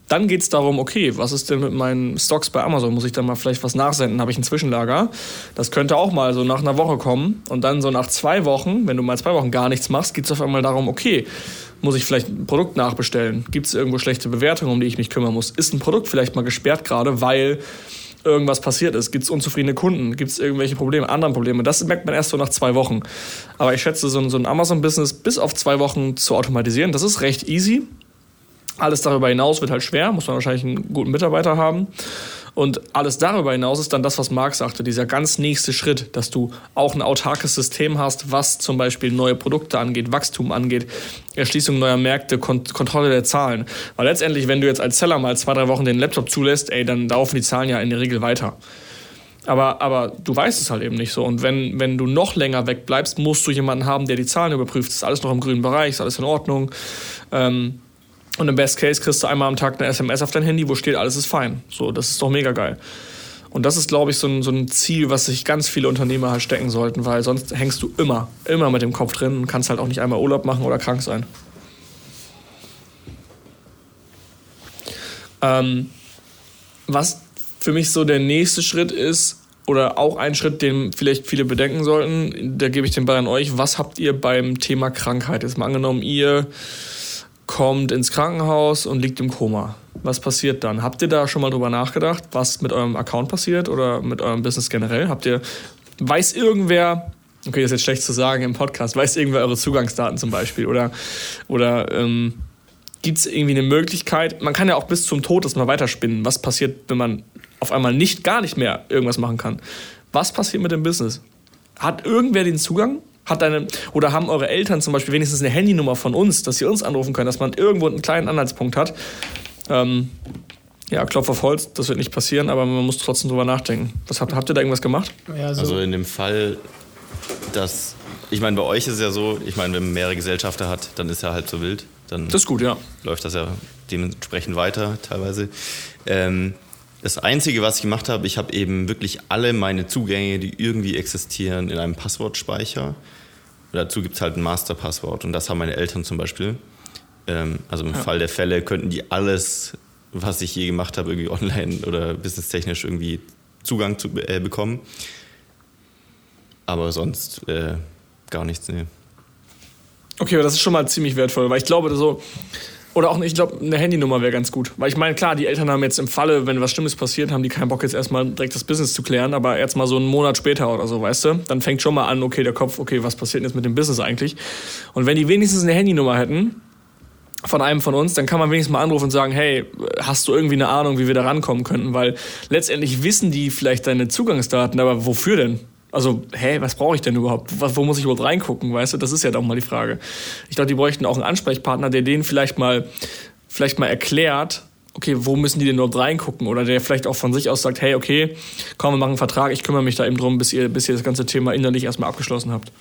Dann geht es darum, okay, was ist denn mit meinen Stocks bei Amazon? Muss ich da mal vielleicht was nachsenden? Habe ich ein Zwischenlager? Das könnte auch mal so nach einer Woche kommen. Und dann so nach 2 Wochen, wenn du mal 2 Wochen gar nichts machst, geht es auf einmal darum, okay, muss ich vielleicht ein Produkt nachbestellen? Gibt es irgendwo schlechte Bewertungen, um die ich mich kümmern muss? Ist ein Produkt vielleicht mal gesperrt gerade, weil irgendwas passiert ist? Gibt es unzufriedene Kunden? Gibt es irgendwelche andere Probleme? Das merkt man erst so nach 2 Wochen. Aber ich schätze, so ein Amazon-Business bis auf 2 Wochen zu automatisieren, das ist recht easy. Alles darüber hinaus wird halt schwer, muss man wahrscheinlich einen guten Mitarbeiter haben. Und alles darüber hinaus ist dann das, was Marc sagte, dieser ganz nächste Schritt, dass du auch ein autarkes System hast, was zum Beispiel neue Produkte angeht, Wachstum angeht, Erschließung neuer Märkte, Kontrolle der Zahlen. Weil letztendlich, wenn du jetzt als Seller mal 2-3 Wochen den Laptop zulässt, dann laufen die Zahlen ja in der Regel weiter. Aber du weißt es halt eben nicht so. Und wenn du noch länger wegbleibst, musst du jemanden haben, der die Zahlen überprüft. Ist alles noch im grünen Bereich, ist alles in Ordnung. Und im Best Case kriegst du einmal am Tag eine SMS auf dein Handy, wo steht, alles ist fein. So, das ist doch mega geil. Und das ist, glaube ich, so ein Ziel, was sich ganz viele Unternehmer halt stecken sollten, weil sonst hängst du immer mit dem Kopf drin und kannst halt auch nicht einmal Urlaub machen oder krank sein. Was für mich so der nächste Schritt ist, oder auch ein Schritt, den vielleicht viele bedenken sollten, da gebe ich den Ball an euch. Was habt ihr beim Thema Krankheit? Jetzt mal angenommen, ihr kommt ins Krankenhaus und liegt im Koma. Was passiert dann? Habt ihr da schon mal drüber nachgedacht, was mit eurem Account passiert oder mit eurem Business generell? Weiß irgendwer, okay, das ist jetzt schlecht zu sagen im Podcast, weiß irgendwer eure Zugangsdaten zum Beispiel? Oder gibt es irgendwie eine Möglichkeit, man kann ja auch bis zum Tod das mal weiterspinnen. Was passiert, wenn man auf einmal gar nicht mehr irgendwas machen kann? Was passiert mit dem Business? Hat irgendwer den Zugang? Oder haben eure Eltern zum Beispiel wenigstens eine Handynummer von uns, dass sie uns anrufen können, dass man irgendwo einen kleinen Anhaltspunkt hat? Klopf auf Holz, das wird nicht passieren, aber man muss trotzdem drüber nachdenken. Habt ihr da irgendwas gemacht? Ja, also in dem Fall, ich meine, bei euch ist es ja so, wenn man mehrere Gesellschafter hat, dann ist er halb so wild. Dann das ist gut, ja. Läuft das ja dementsprechend weiter teilweise. Das Einzige, was ich gemacht habe, ich habe eben wirklich alle meine Zugänge, die irgendwie existieren, in einem Passwortspeicher. Dazu gibt es halt ein Masterpasswort und das haben meine Eltern zum Beispiel. Also im Fall der Fälle könnten die alles, was ich je gemacht habe, irgendwie online oder businesstechnisch irgendwie Zugang zu bekommen. Aber sonst gar nichts, nee. Okay, aber das ist schon mal ziemlich wertvoll, weil ich glaube ich glaube, eine Handynummer wäre ganz gut. Weil ich meine, klar, die Eltern haben jetzt im Falle, wenn was Schlimmes passiert, haben die keinen Bock jetzt erstmal direkt das Business zu klären, aber jetzt mal so einen Monat später oder so, weißt du? Dann fängt schon mal an, okay, der Kopf, okay, was passiert denn jetzt mit dem Business eigentlich? Und wenn die wenigstens eine Handynummer hätten von einem von uns, dann kann man wenigstens mal anrufen und sagen, hey, hast du irgendwie eine Ahnung, wie wir da rankommen könnten? Weil letztendlich wissen die vielleicht deine Zugangsdaten, aber wofür denn? Also, was brauche ich denn überhaupt? Wo muss ich überhaupt reingucken, weißt du? Das ist ja doch mal die Frage. Ich glaube, die bräuchten auch einen Ansprechpartner, der denen vielleicht mal erklärt, okay, wo müssen die denn überhaupt reingucken? Oder der vielleicht auch von sich aus sagt, hey, okay, komm, wir machen einen Vertrag, ich kümmere mich da eben drum, bis ihr das ganze Thema innerlich erstmal abgeschlossen habt.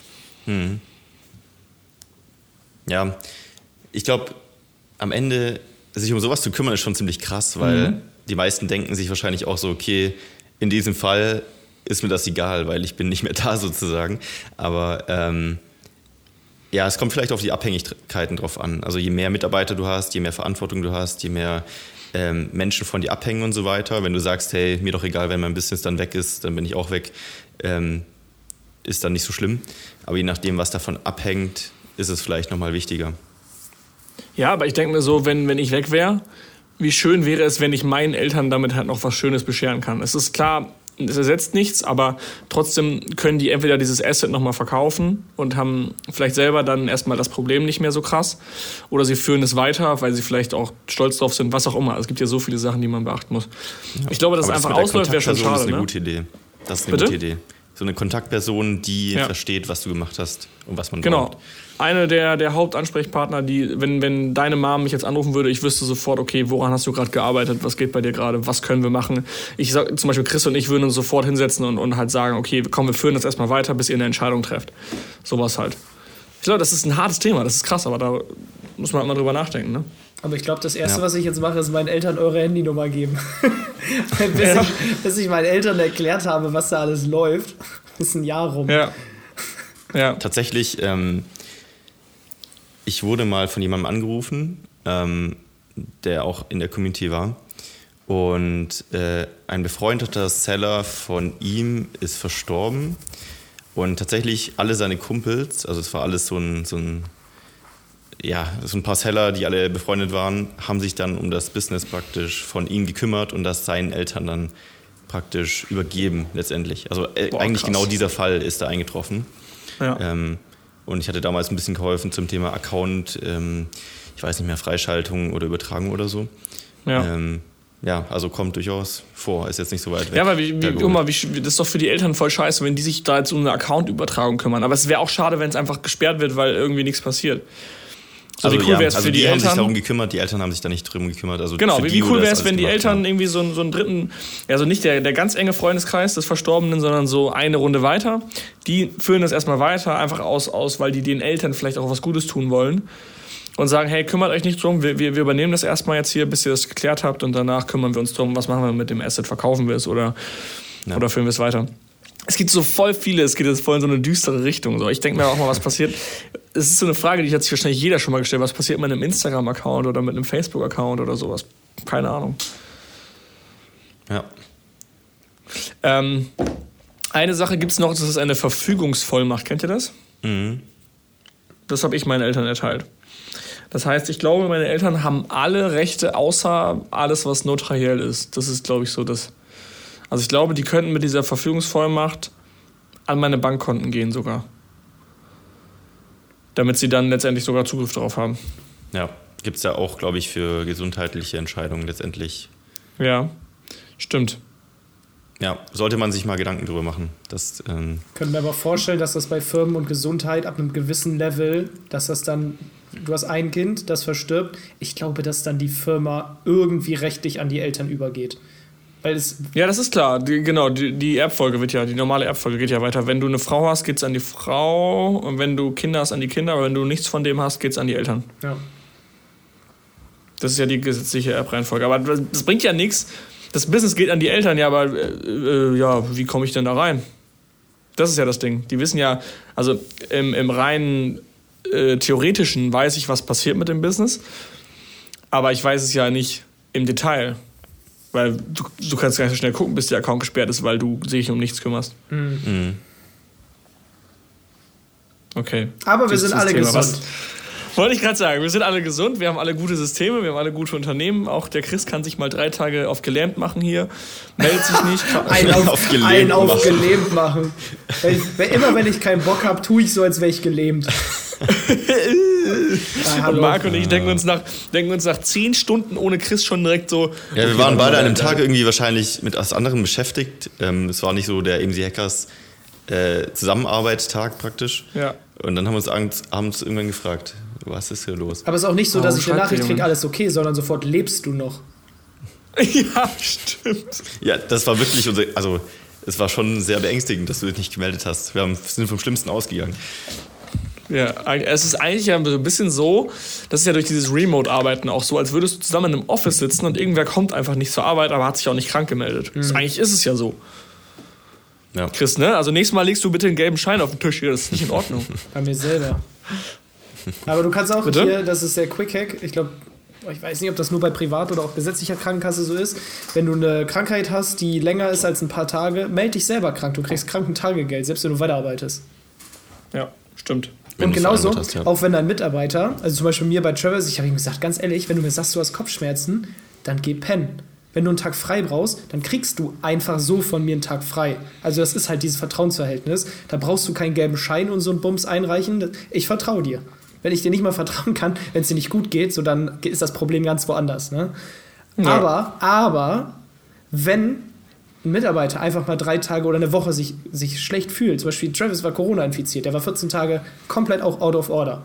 Ja, ich glaube, am Ende sich um sowas zu kümmern, ist schon ziemlich krass, weil die meisten denken sich wahrscheinlich auch so, okay, in diesem Fall ist mir das egal, weil ich bin nicht mehr da sozusagen. Aber es kommt vielleicht auf die Abhängigkeiten drauf an. Also je mehr Mitarbeiter du hast, je mehr Verantwortung du hast, je mehr Menschen von dir abhängen und so weiter. Wenn du sagst, hey, mir doch egal, wenn mein Business dann weg ist, dann bin ich auch weg, ist dann nicht so schlimm. Aber je nachdem, was davon abhängt, ist es vielleicht nochmal wichtiger. Ja, aber ich denke mir so, wenn ich weg wäre, wie schön wäre es, wenn ich meinen Eltern damit halt noch was Schönes bescheren kann. Es ist klar, es ersetzt nichts, aber trotzdem können die entweder dieses Asset nochmal verkaufen und haben vielleicht selber dann erstmal das Problem nicht mehr so krass, oder sie führen es weiter, weil sie vielleicht auch stolz drauf sind, was auch immer. Es gibt ja so viele Sachen, die man beachten muss. Ja. Ich glaube, dass es einfach ausläuft, wäre schon schade. Das ist eine gute Idee. Das ist eine gute Idee. So eine Kontaktperson, die versteht, was du gemacht hast und was man braucht. Genau. Eine der Hauptansprechpartner, die, wenn deine Mom mich jetzt anrufen würde, ich wüsste sofort, okay, woran hast du gerade gearbeitet, was geht bei dir gerade, was können wir machen. Ich sag, zum Beispiel Chris und ich würden uns sofort hinsetzen und halt sagen, okay, komm, wir führen das erstmal weiter, bis ihr eine Entscheidung trefft. Sowas halt. Ich glaube, das ist ein hartes Thema, das ist krass, aber da muss man halt mal drüber nachdenken, ne? Aber ich glaube, das Erste, was ich jetzt mache, ist meinen Eltern eure Handynummer geben. bis ich meinen Eltern erklärt habe, was da alles läuft, ist ein Jahr rum. Ja. Tatsächlich, ich wurde mal von jemandem angerufen, der auch in der Community war. Und ein befreundeter Seller von ihm ist verstorben. Und tatsächlich alle seine Kumpels, also es war alles so ein paar Seller, die alle befreundet waren, haben sich dann um das Business praktisch von ihm gekümmert und das seinen Eltern dann praktisch übergeben letztendlich. Also eigentlich krass. Genau dieser Fall ist da eingetroffen. Ja. Und ich hatte damals ein bisschen geholfen zum Thema Account, ich weiß nicht mehr, Freischaltung oder Übertragung oder so. Ja. Also kommt durchaus vor, ist jetzt nicht so weit weg. Ja, weil guck mal, das ist doch für die Eltern voll scheiße, wenn die sich da jetzt um eine Account-Übertragung kümmern. Aber es wäre auch schade, wenn es einfach gesperrt wird, weil irgendwie nichts passiert. So, wie cool wäre es für die Eltern? Haben sich darum gekümmert, die Eltern haben sich da nicht drum gekümmert. Also genau, wie cool wäre es, wenn die Eltern irgendwie so einen dritten, also nicht der ganz enge Freundeskreis des Verstorbenen, sondern so eine Runde weiter, die führen das erstmal weiter, einfach aus, weil die den Eltern vielleicht auch was Gutes tun wollen. Und sagen, hey, kümmert euch nicht drum, wir übernehmen das erstmal jetzt hier, bis ihr das geklärt habt und danach kümmern wir uns drum, was machen wir mit dem Asset, verkaufen wir es oder führen wir es weiter. Es gibt so voll viele, es geht jetzt voll in so eine düstere Richtung. So. Ich denke mir auch mal, was passiert. Es ist so eine Frage, die hat sich wahrscheinlich jeder schon mal gestellt, was passiert mit einem Instagram-Account oder mit einem Facebook-Account oder sowas. Keine Ahnung. Ja. Eine Sache gibt es noch, das ist eine Verfügungsvollmacht. Kennt ihr das? Mhm. Das habe ich meinen Eltern erteilt. Das heißt, ich glaube, meine Eltern haben alle Rechte, außer alles, was notariell ist. Das ist, glaube ich, so das. Also ich glaube, die könnten mit dieser Verfügungsvollmacht an meine Bankkonten gehen sogar. Damit sie dann letztendlich sogar Zugriff darauf haben. Ja, gibt es ja auch, glaube ich, für gesundheitliche Entscheidungen letztendlich. Ja, stimmt. Ja, sollte man sich mal Gedanken drüber machen. Können wir aber vorstellen, dass das bei Firmen und Gesundheit ab einem gewissen Level, dass das dann, du hast ein Kind, das verstirbt, ich glaube, dass dann die Firma irgendwie rechtlich an die Eltern übergeht. Ja, das ist klar. Die Erbfolge die normale Erbfolge geht ja weiter. Wenn du eine Frau hast, geht es an die Frau. Und wenn du Kinder hast, an die Kinder. Aber wenn du nichts von dem hast, geht es an die Eltern. Ja. Das ist ja die gesetzliche Erbreihenfolge. Aber das bringt ja nichts. Das Business geht an die Eltern. Ja, aber wie komme ich denn da rein? Das ist ja das Ding. Die wissen ja, also im reinen Theoretischen weiß ich, was passiert mit dem Business. Aber ich weiß es ja nicht im Detail. Weil du kannst gar nicht so schnell gucken, bis der Account gesperrt ist, weil du sich um nichts kümmerst. Mhm. Okay. Aber wir sind alle gesund. Wollte ich gerade sagen, wir sind alle gesund, wir haben alle gute Systeme, wir haben alle gute Unternehmen. Auch der Chris kann sich mal 3 Tage auf gelähmt machen hier. Meldet sich nicht. Einen auf gelähmt machen. Wenn ich keinen Bock habe, tue ich so, als wäre ich gelähmt. Und Marc und ich denken uns nach 10 Stunden ohne Chris schon direkt so. Ja, wir waren beide an einem Tag irgendwie wahrscheinlich mit was anderem beschäftigt. Es war nicht so der AMZ Hackers Zusammenarbeit-Tag praktisch. Ja. Und dann haben wir uns abends irgendwann gefragt, was ist hier los? Aber es ist auch nicht so, dass ich eine Nachricht kriege, alles okay, sondern sofort lebst du noch. Ja, stimmt. Ja, das war wirklich es war schon sehr beängstigend, dass du dich nicht gemeldet hast. Wir sind vom Schlimmsten ausgegangen. Ja, es ist eigentlich ja so ein bisschen so, das ist ja durch dieses Remote-Arbeiten auch so, als würdest du zusammen in einem Office sitzen und irgendwer kommt einfach nicht zur Arbeit, aber hat sich auch nicht krank gemeldet. Mhm. Eigentlich ist es ja so. Ja. Chris, ne? Also nächstes Mal legst du bitte einen gelben Schein auf den Tisch hier, das ist nicht in Ordnung. Bei mir selber. Aber du kannst auch bitte? Hier, das ist der Quick-Hack, ich glaube, ich weiß nicht, ob das nur bei Privat- oder auch gesetzlicher Krankenkasse so ist. Wenn du eine Krankheit hast, die länger ist als ein paar Tage, melde dich selber krank. Du kriegst Krankentagegeld, selbst wenn du weiterarbeitest. Ja, stimmt. Und genauso, auch wenn dein Mitarbeiter, also zum Beispiel mir bei Travis, ich habe ihm gesagt, ganz ehrlich, wenn du mir sagst, du hast Kopfschmerzen, dann geh pennen. Wenn du einen Tag frei brauchst, dann kriegst du einfach so von mir einen Tag frei. Also das ist halt dieses Vertrauensverhältnis. Da brauchst du keinen gelben Schein und so einen Bums einreichen. Ich vertraue dir. Wenn ich dir nicht mal vertrauen kann, wenn es dir nicht gut geht, so dann ist das Problem ganz woanders. Ne? Ja. Aber wenn ein Mitarbeiter einfach mal 3 Tage oder eine Woche sich schlecht fühlt, zum Beispiel Travis war Corona infiziert, der war 14 Tage komplett auch out of order.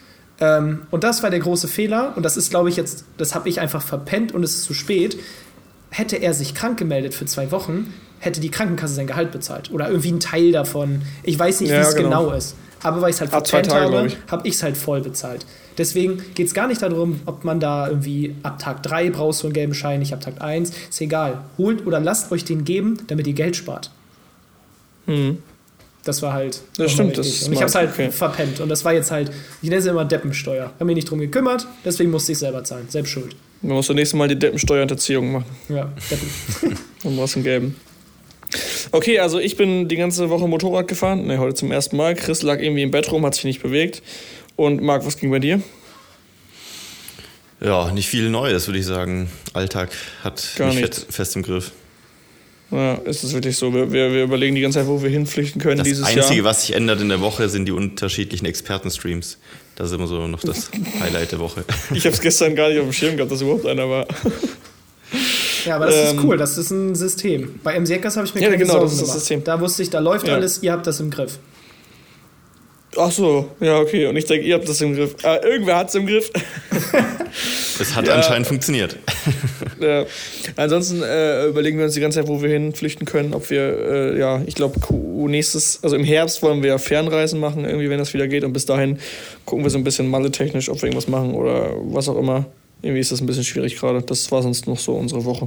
Und das war der große Fehler und das ist, glaube ich, jetzt, das habe ich einfach verpennt und es ist zu spät. Hätte er sich krank gemeldet für 2 Wochen, hätte die Krankenkasse sein Gehalt bezahlt oder irgendwie einen Teil davon. Ich weiß nicht, wie es genau ist. Aber weil ich es halt verpennt habe, habe ich es halt voll bezahlt. Deswegen geht es gar nicht darum, ob man da irgendwie ab Tag 3 brauchst du einen gelben Schein, nicht ab Tag 1. Ist egal. Holt oder lasst euch den geben, damit ihr Geld spart. Mhm. Das war halt. Das stimmt. Das und ich habe es halt verpennt. Und das war jetzt halt, ich nenne es immer Deppensteuer. Ich habe mich nicht drum gekümmert, deswegen musste ich selber zahlen. Selbst schuld. Man muss das nächste Mal die Deppensteuerhinterziehung machen. Ja, Deppen. Und was im Gelben. Okay, also ich bin die ganze Woche Motorrad gefahren. Ne, heute zum ersten Mal. Chris lag irgendwie im Bett rum, hat sich nicht bewegt. Und Marc, was ging bei dir? Ja, nicht viel Neues, würde ich sagen. Alltag hat Gar mich nichts. fest im Griff. Ja, ist es wirklich so. Wir überlegen die ganze Zeit, wo wir hinflüchten können dieses Jahr. Das Einzige, was sich ändert in der Woche, sind die unterschiedlichen Expertenstreams. Das ist immer so noch das Highlight der Woche. Ich habe es gestern gar nicht auf dem Schirm gehabt, dass überhaupt einer war. Ja, aber das ist cool, das ist ein System. Bei MC Hackers habe ich mir keine Sorgen das ist das gemacht. System. Da wusste ich, da läuft alles, ihr habt das im Griff. Ach so, ja, okay. Und ich denke, ihr habt das im Griff. Irgendwer hat es im Griff. Das hat anscheinend funktioniert. Ja. Ansonsten überlegen wir uns die ganze Zeit, wo wir hinflüchten können. Ob wir, ich glaube, also im Herbst wollen wir Fernreisen machen, irgendwie, wenn das wieder geht. Und bis dahin gucken wir so ein bisschen malle-technisch, ob wir irgendwas machen oder was auch immer. Irgendwie ist das ein bisschen schwierig gerade. Das war sonst noch so unsere Woche.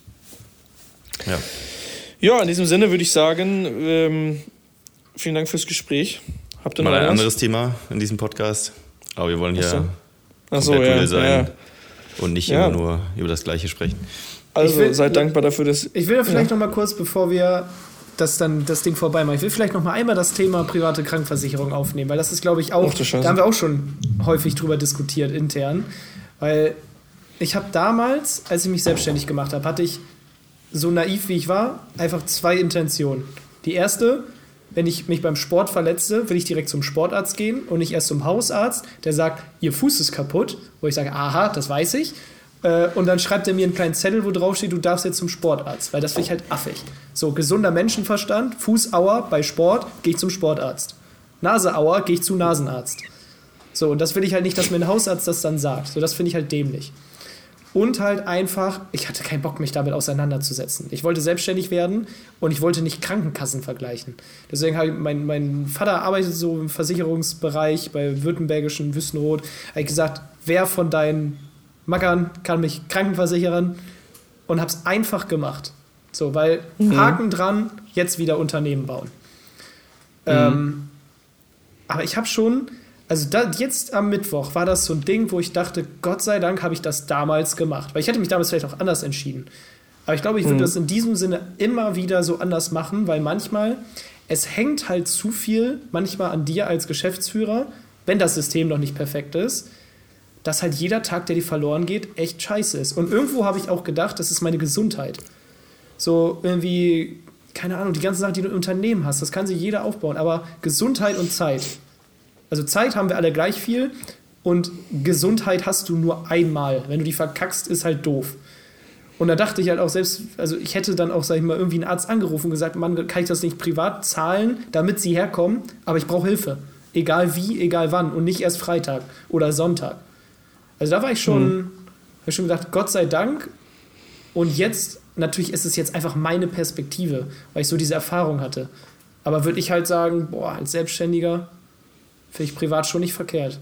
Ja. Ja, in diesem Sinne würde ich sagen, vielen Dank fürs Gespräch. Habt ihr noch mal ein was? anderes Thema in diesem Podcast. Aber wir wollen hier komplett real sein und nicht Ja. immer nur über das Gleiche sprechen. Also seid dankbar dafür, dass... Ich will da vielleicht noch mal kurz, bevor wir das Ding vorbei machen, ich will vielleicht noch mal einmal das Thema private Krankenversicherung aufnehmen, weil das ist, glaube ich, auch, da haben wir auch schon häufig drüber diskutiert intern, weil ich habe damals, als ich mich selbstständig gemacht habe, hatte ich, so naiv wie ich war, einfach 2 Intentionen. Die erste: Wenn ich mich beim Sport verletze, will ich direkt zum Sportarzt gehen und nicht erst zum Hausarzt, der sagt, Ihr Fuß ist kaputt. Wo ich sage, aha, das weiß ich. Und dann schreibt er mir einen kleinen Zettel, wo drauf steht, du darfst jetzt zum Sportarzt. Weil das finde ich halt affig. So, gesunder Menschenverstand, Fußauer bei Sport, gehe ich zum Sportarzt. Naseauer, gehe ich zum Nasenarzt. So, und das will ich halt nicht, dass mir ein Hausarzt das dann sagt. So, das finde ich halt dämlich. Und halt einfach, ich hatte keinen Bock, mich damit auseinanderzusetzen. Ich wollte selbstständig werden und ich wollte nicht Krankenkassen vergleichen. Deswegen habe ich, mein Vater arbeitet so im Versicherungsbereich bei Württembergischen Wüstenrot. Habe ich gesagt, wer von deinen Mackern kann mich krankenversichern? Und habe es einfach gemacht. So, weil Haken dran, jetzt wieder Unternehmen bauen. Aber ich habe schon... Also jetzt am Mittwoch war das so ein Ding, wo ich dachte, Gott sei Dank habe ich das damals gemacht. Weil ich hätte mich damals vielleicht auch anders entschieden. Aber ich glaube, ich würde das in diesem Sinne immer wieder so anders machen, weil manchmal, es hängt halt zu viel manchmal an dir als Geschäftsführer, wenn das System noch nicht perfekt ist, dass halt jeder Tag, der dir verloren geht, echt scheiße ist. Und irgendwo habe ich auch gedacht, das ist meine Gesundheit. So irgendwie, keine Ahnung, die ganzen Sachen, die du im Unternehmen hast, das kann sich jeder aufbauen. Aber Gesundheit und Zeit. Also Zeit haben wir alle gleich viel und Gesundheit hast du nur einmal. Wenn du die verkackst, ist halt doof. Und da dachte ich halt auch selbst, also ich hätte dann auch, sag ich mal, irgendwie einen Arzt angerufen und gesagt, Mann, kann ich das nicht privat zahlen, damit sie herkommen, aber ich brauche Hilfe. Egal wie, egal wann und nicht erst Freitag oder Sonntag. Also da war ich schon, hab ich schon gedacht, Gott sei Dank. Und jetzt, natürlich ist es jetzt einfach meine Perspektive, weil ich so diese Erfahrung hatte. Aber würde ich halt sagen, als Selbstständiger finde ich privat schon nicht verkehrt.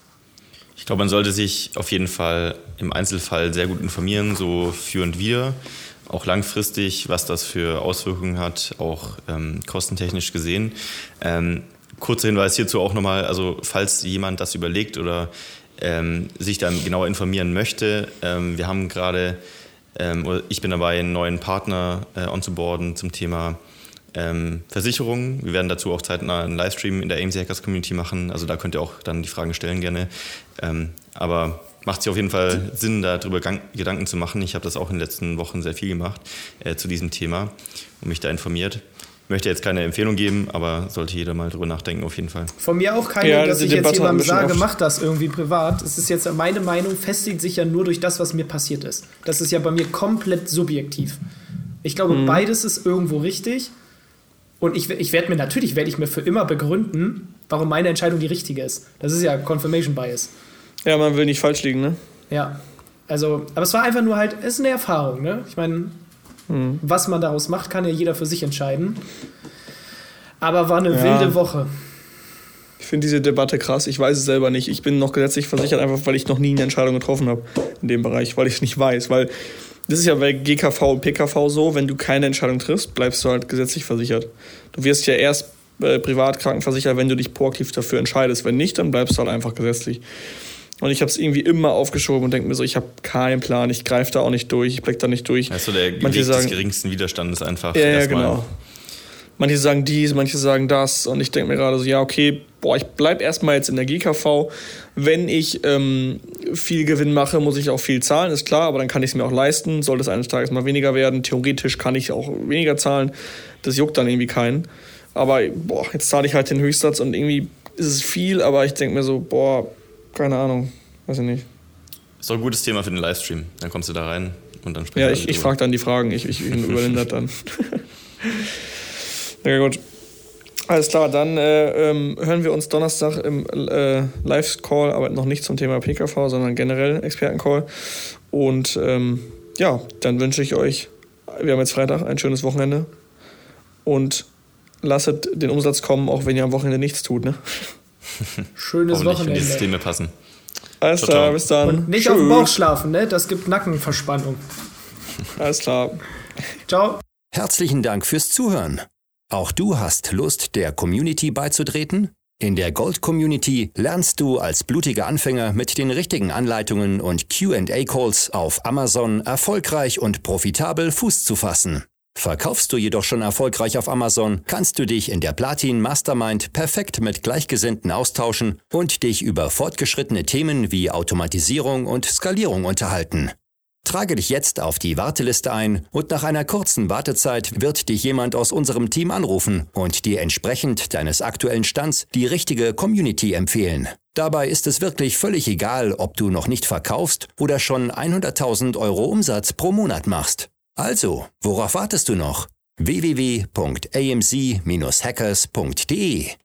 Ich glaube, man sollte sich auf jeden Fall im Einzelfall sehr gut informieren, so für und wieder. Auch langfristig, was das für Auswirkungen hat, auch kostentechnisch gesehen. Kurzer Hinweis hierzu auch nochmal, also falls jemand das überlegt oder sich dann genauer informieren möchte, wir haben gerade, ich bin dabei, einen neuen Partner onzuboarden zum Thema Versicherungen. Wir werden dazu auch zeitnah einen Livestream in der AMC Hackers Community machen. Also da könnt ihr auch dann die Fragen stellen gerne. Aber macht sich auf jeden Fall Sinn, darüber Gedanken zu machen. Ich habe das auch in den letzten Wochen sehr viel gemacht zu diesem Thema und mich da informiert. Ich möchte jetzt keine Empfehlung geben, aber sollte jeder mal drüber nachdenken auf jeden Fall. Von mir auch keine, dass ich jetzt jemandem sage, mach das irgendwie privat. Es ist jetzt meine Meinung, festigt sich ja nur durch das, was mir passiert ist. Das ist ja bei mir komplett subjektiv. Ich glaube, beides ist irgendwo richtig. Und ich werde mir für immer begründen, warum meine Entscheidung die richtige ist. Das ist ja Confirmation Bias. Ja, man will nicht falsch liegen, ne? Ja, also, aber es war einfach nur halt, es ist eine Erfahrung, ne? Ich meine, was man daraus macht, kann ja jeder für sich entscheiden. Aber war eine wilde Woche. Ich finde diese Debatte krass, ich weiß es selber nicht. Ich bin noch gesetzlich versichert, einfach weil ich noch nie eine Entscheidung getroffen habe in dem Bereich, weil ich es nicht weiß, weil das ist ja bei GKV und PKV so, wenn du keine Entscheidung triffst, bleibst du halt gesetzlich versichert. Du wirst ja erst privat krankenversichert, wenn du dich proaktiv dafür entscheidest. Wenn nicht, dann bleibst du halt einfach gesetzlich. Und ich habe es irgendwie immer aufgeschoben und denke mir so, ich habe keinen Plan, ich greife da auch nicht durch, ich blick da nicht durch. Also der Weg des geringsten Widerstandes einfach. Ja, genau. Manche sagen dies, manche sagen das und ich denke mir gerade so, ja okay, ich bleib erstmal jetzt in der GKV. Wenn ich viel Gewinn mache, muss ich auch viel zahlen, ist klar, aber dann kann ich es mir auch leisten. Sollte es eines Tages mal weniger werden, theoretisch kann ich auch weniger zahlen. Das juckt dann irgendwie keinen. Aber jetzt zahle ich halt den Höchstsatz und irgendwie ist es viel, aber ich denke mir so, keine Ahnung, weiß ich nicht. Ist doch ein gutes Thema für den Livestream. Dann kommst du da rein und dann sprechen wir. Ja, ich frage dann die Fragen, ich übernehme das dann. Ja gut. Alles klar, dann hören wir uns Donnerstag im Live-Call, aber noch nicht zum Thema PKV, sondern generell Experten-Call. Und dann wünsche ich euch, wir haben jetzt Freitag, ein schönes Wochenende und lasst den Umsatz kommen, auch wenn ihr am Wochenende nichts tut, ne? Schönes Wochenende. Wenn die Systeme passen. Alles klar, bis dann. Und nicht auf dem Bauch schlafen, ne? Das gibt Nackenverspannung. Alles klar. Ciao. Herzlichen Dank fürs Zuhören. Auch du hast Lust, der Community beizutreten? In der Gold-Community lernst du als blutiger Anfänger mit den richtigen Anleitungen und Q&A-Calls auf Amazon erfolgreich und profitabel Fuß zu fassen. Verkaufst du jedoch schon erfolgreich auf Amazon, kannst du dich in der Platin Mastermind perfekt mit Gleichgesinnten austauschen und dich über fortgeschrittene Themen wie Automatisierung und Skalierung unterhalten. Trage dich jetzt auf die Warteliste ein und nach einer kurzen Wartezeit wird dich jemand aus unserem Team anrufen und dir entsprechend deines aktuellen Stands die richtige Community empfehlen. Dabei ist es wirklich völlig egal, ob du noch nicht verkaufst oder schon 100.000 € Umsatz pro Monat machst. Also, worauf wartest du noch? www.amc-hackers.de